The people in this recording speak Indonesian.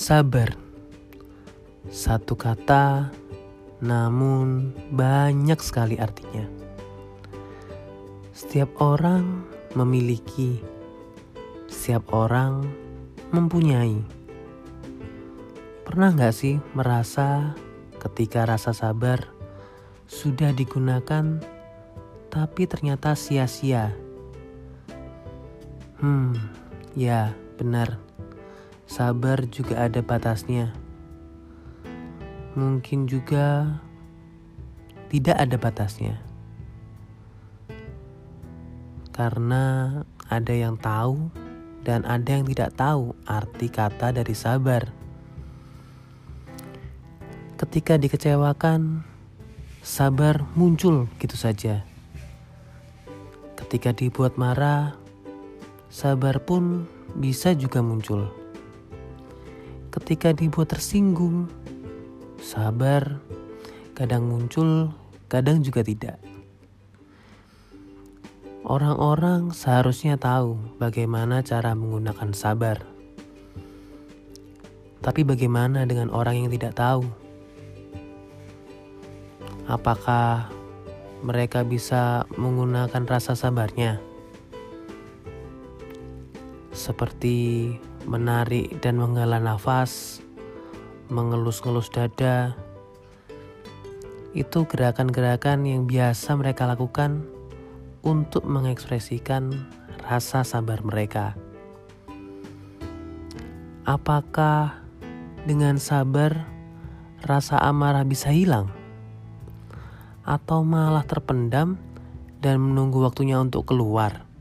Sabar, satu kata namun banyak sekali artinya. Setiap orang memiliki, setiap orang mempunyai. Pernah gak sih merasa ketika rasa sabar sudah digunakan tapi ternyata sia-sia? Ya benar. Sabar juga ada batasnya. Mungkin juga tidak ada batasnya. Karena ada yang tahu dan ada yang tidak tahu arti kata dari sabar. Ketika dikecewakan, sabar muncul gitu saja. Ketika dibuat marah, sabar pun bisa juga muncul. Ketika dibuat tersinggung, sabar kadang muncul, kadang juga tidak. Orang-orang seharusnya tahu bagaimana cara menggunakan sabar. Tapi bagaimana dengan orang yang tidak tahu? Apakah mereka bisa menggunakan rasa sabarnya? Seperti menarik dan menghela nafas, mengelus-ngelus dada. Itu gerakan-gerakan yang biasa mereka lakukan untuk mengekspresikan rasa sabar mereka. Apakah dengan sabar rasa amarah bisa hilang? Atau malah terpendam dan menunggu waktunya untuk keluar?